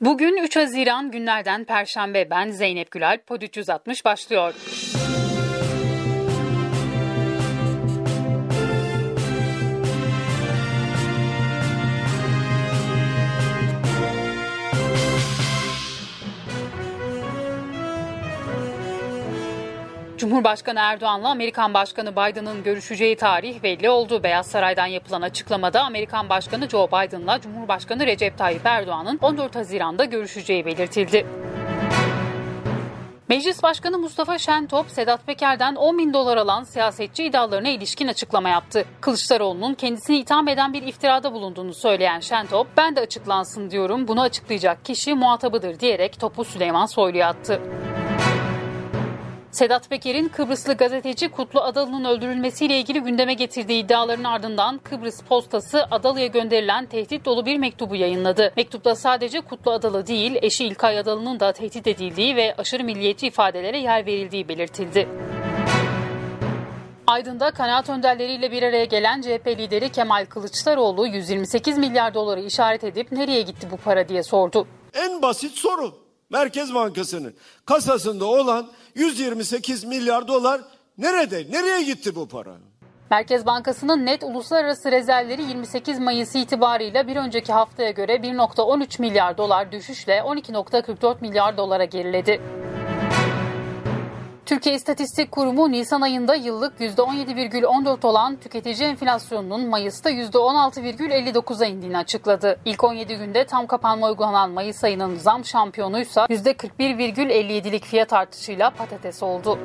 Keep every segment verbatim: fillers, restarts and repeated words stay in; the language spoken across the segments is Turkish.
Bugün üç Haziran günlerden Perşembe. Ben Zeynep Gülalp. Pod üç yüz altmış başlıyor. Cumhurbaşkanı Erdoğan'la Amerikan Başkanı Biden'ın görüşeceği tarih belli oldu. Beyaz Saray'dan yapılan açıklamada Amerikan Başkanı Joe Biden'la Cumhurbaşkanı Recep Tayyip Erdoğan'ın on dört Haziran'da görüşeceği belirtildi. Meclis Başkanı Mustafa Şentop, Sedat Peker'den on bin dolar alan siyasetçi iddialarına ilişkin açıklama yaptı. Kılıçdaroğlu'nun kendisini itham eden bir iftirada bulunduğunu söyleyen Şentop, "Ben de açıklansın diyorum, bunu açıklayacak kişi muhatabıdır" diyerek topu Süleyman Soylu'ya attı. Sedat Peker'in Kıbrıslı gazeteci Kutlu Adalı'nın öldürülmesiyle ilgili gündeme getirdiği iddiaların ardından Kıbrıs Postası Adalı'ya gönderilen tehdit dolu bir mektubu yayınladı. Mektupta sadece Kutlu Adalı değil, eşi İlkay Adalı'nın da tehdit edildiği ve aşırı milliyetçi ifadelere yer verildiği belirtildi. Aydın'da kanaat önderleriyle bir araya gelen C H P lideri Kemal Kılıçdaroğlu yüz yirmi sekiz milyar doları işaret edip nereye gitti bu para diye sordu. En basit soru. Merkez Bankası'nın kasasında olan yüz yirmi sekiz milyar dolar nerede? Nereye gitti bu para? Merkez Bankası'nın net uluslararası rezervleri yirmi sekiz Mayıs itibarıyla bir önceki haftaya göre bir virgül on üç milyar dolar düşüşle on iki virgül kırk dört milyar dolara geriledi. Türkiye İstatistik Kurumu Nisan ayında yıllık yüzde on yedi virgül on dört olan tüketici enflasyonunun Mayıs'ta yüzde on altı virgül elli dokuza indiğini açıkladı. İlk on yedi günde tam kapanma uygulanan Mayıs ayının zam şampiyonuysa yüzde kırk bir virgül elli yedilik fiyat artışıyla patates oldu.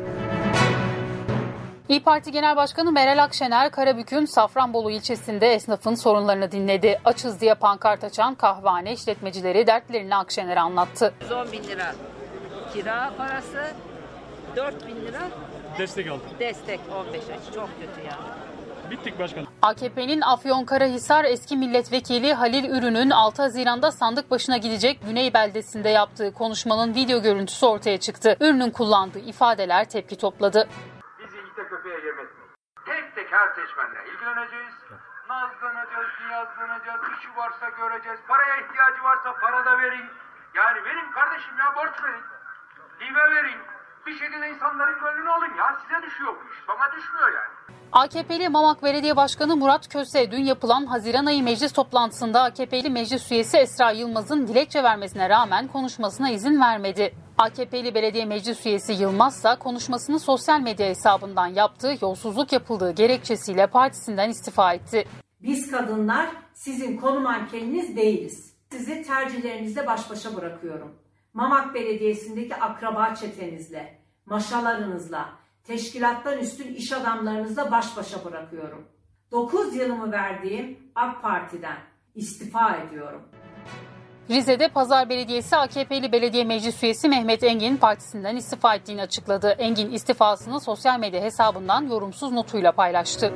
İYİ Parti Genel Başkanı Meral Akşener, Karabük'ün Safranbolu ilçesinde esnafın sorunlarını dinledi. Açız diye pankart açan kahvehane işletmecileri dertlerini Akşener'e anlattı. yüz on bin lira kira parası. dört bin lira destek aldık. Destek on beş ay. Çok kötü ya. Bittik başkanım. A K P'nin Afyonkarahisar eski milletvekili Halil Ürün'ün altı Haziran'da sandık başına gidecek Güney beldesinde yaptığı konuşmanın video görüntüsü ortaya çıktı. Ürün'ün kullandığı ifadeler tepki topladı. Bizi ite köpeğe yemetmeyin. Tek tek her seçmenle ilgileneceğiz. Nazlanacağız, niyazlanacağız. İşi varsa göreceğiz. Paraya ihtiyacı varsa para da verin. Yani verin kardeşim ya, borç verin. Hibe verin. Bir şekilde insanların gönlünü alın ya. Size düşüyor bu iş. Bana düşmüyor yani. A K P'li Mamak Belediye Başkanı Murat Köse dün yapılan Haziran ayı meclis toplantısında A K P'li meclis üyesi Esra Yılmaz'ın dilekçe vermesine rağmen konuşmasına izin vermedi. A K P'li belediye meclis üyesi Yılmaz ise konuşmasını sosyal medya hesabından yaptığı, yolsuzluk yapıldığı gerekçesiyle partisinden istifa etti. Biz kadınlar sizin konu mankeniniz değiliz. Sizi tercihlerinizle baş başa bırakıyorum. Mamak Belediyesi'ndeki akraba çetenizle, maşalarınızla, teşkilattan üstün iş adamlarınızla baş başa bırakıyorum. dokuz yılımı verdiğim AK Parti'den istifa ediyorum. Rize'de Pazar Belediyesi A K P'li belediye meclis üyesi Mehmet Engin partisinden istifa ettiğini açıkladı. Engin istifasını sosyal medya hesabından yorumsuz notuyla paylaştı.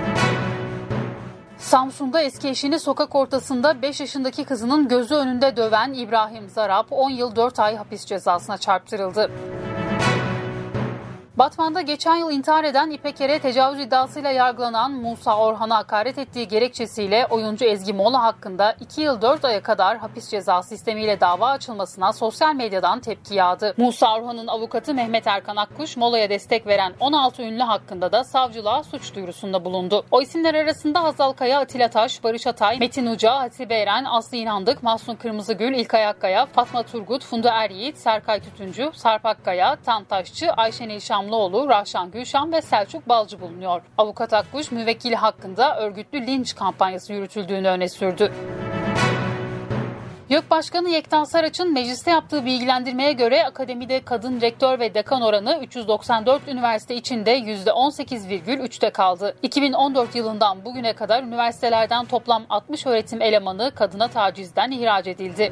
Samsun'da eski eşini sokak ortasında beş yaşındaki kızının gözü önünde döven İbrahim Zarap on yıl dört ay hapis cezasına çarptırıldı. Batman'da geçen yıl intihar eden İpeker'e tecavüz iddiasıyla yargılanan Musa Orhan'a hakaret ettiği gerekçesiyle oyuncu Ezgi Mola hakkında iki yıl dört aya kadar hapis cezası istemiyle dava açılmasına sosyal medyadan tepki yağdı. Musa Orhan'ın avukatı Mehmet Erkan Akkuş, Mola'ya destek veren on altı ünlü hakkında da savcılığa suç duyurusunda bulundu. O isimler arasında Hazal Kaya, Atilla Taş, Barış Atay, Metin Uca, Hatice Eren, Aslı İnandık, Mahsun Kırmızıgül, İlkay Akkaya, Fatma Turgut, Funda Eryiğit, Serkay Tütüncü, Sarp Akkaya, Tan Taşçı, Ayşenil Şamlıoğlu, Rahşan Gülşan ve Selçuk Balcı bulunuyor. Avukat Akkuş, müvekkili hakkında örgütlü linç kampanyası yürütüldüğünü öne sürdü. YÖK Başkanı Yekta Saraç'ın mecliste yaptığı bilgilendirmeye göre akademide kadın rektör ve dekan oranı üç yüz doksan dört üniversite içinde yüzde on sekiz virgül üçte kaldı. iki bin on dört yılından bugüne kadar üniversitelerden toplam altmış öğretim elemanı kadına tacizden ihraç edildi.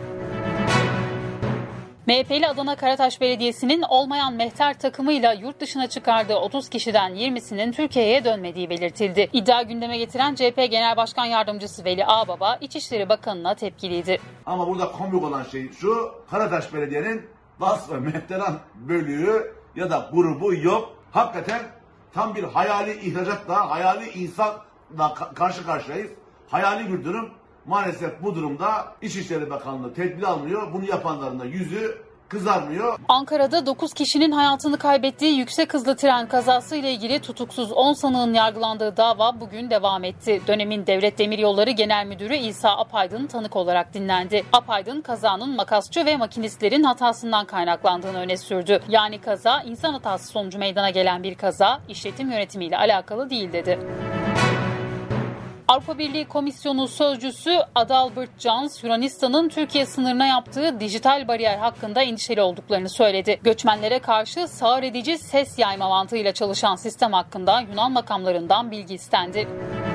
M H P'li Adana Karataş Belediyesi'nin olmayan mehter takımıyla yurt dışına çıkardığı otuz kişiden yirmisinin Türkiye'ye dönmediği belirtildi. İddia gündeme getiren C H P Genel Başkan Yardımcısı Veli Ağbaba, İçişleri Bakanı'na tepkiliydi. Ama burada komik olan şey şu, Karataş Belediye'nin vasfı mehteran bölüğü ya da grubu yok. Hakikaten tam bir hayali ihracatla, hayali insanla karşı karşıyayız. Hayali bir durum. maalesef bu durumda İçişleri Bakanlığı tedbir almıyor. Bunu yapanların da yüzü kızarmıyor. Ankara'da dokuz kişinin hayatını kaybettiği yüksek hızlı tren kazası ile ilgili tutuksuz on sanığın yargılandığı dava bugün devam etti. Dönemin Devlet Demiryolları Genel Müdürü İsa Apaydın tanık olarak dinlendi. Apaydın kazanın makasçı ve makinistlerin hatasından kaynaklandığını öne sürdü. Yani kaza insan hatası sonucu meydana gelen bir kaza, işletim yönetimiyle alakalı değil dedi. Avrupa Birliği Komisyonu Sözcüsü Adalbert Jans, Yunanistan'ın Türkiye sınırına yaptığı dijital bariyer hakkında endişeli olduklarını söyledi. Göçmenlere karşı sağır edici ses yayma mantığıyla çalışan sistem hakkında Yunan makamlarından bilgi istendi.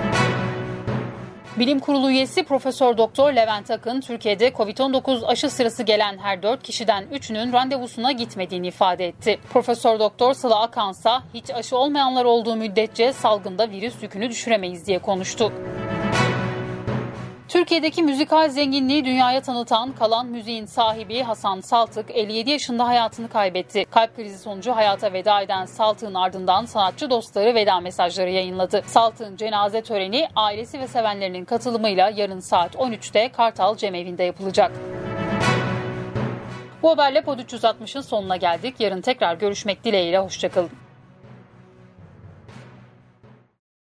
Bilim Kurulu üyesi Profesör Doktor Levent Akın, Türkiye'de kovid on dokuz aşı sırası gelen her dört kişiden üçünün randevusuna gitmediğini ifade etti. Profesör Doktor Sıla Akansa, hiç aşı olmayanlar olduğu müddetçe salgında virüs yükünü düşüremeyiz diye konuştu. Türkiye'deki müzikal zenginliği dünyaya tanıtan Kalan Müziğin sahibi Hasan Saltık elli yedi yaşında hayatını kaybetti. Kalp krizi sonucu hayata veda eden Saltık'ın ardından sanatçı dostları veda mesajları yayınladı. Saltık'ın cenaze töreni ailesi ve sevenlerinin katılımıyla yarın saat on üçte Kartal Cemevi'nde yapılacak. Bu haberle Pod üç yüz altmışın sonuna geldik. Yarın tekrar görüşmek dileğiyle, hoşçakalın.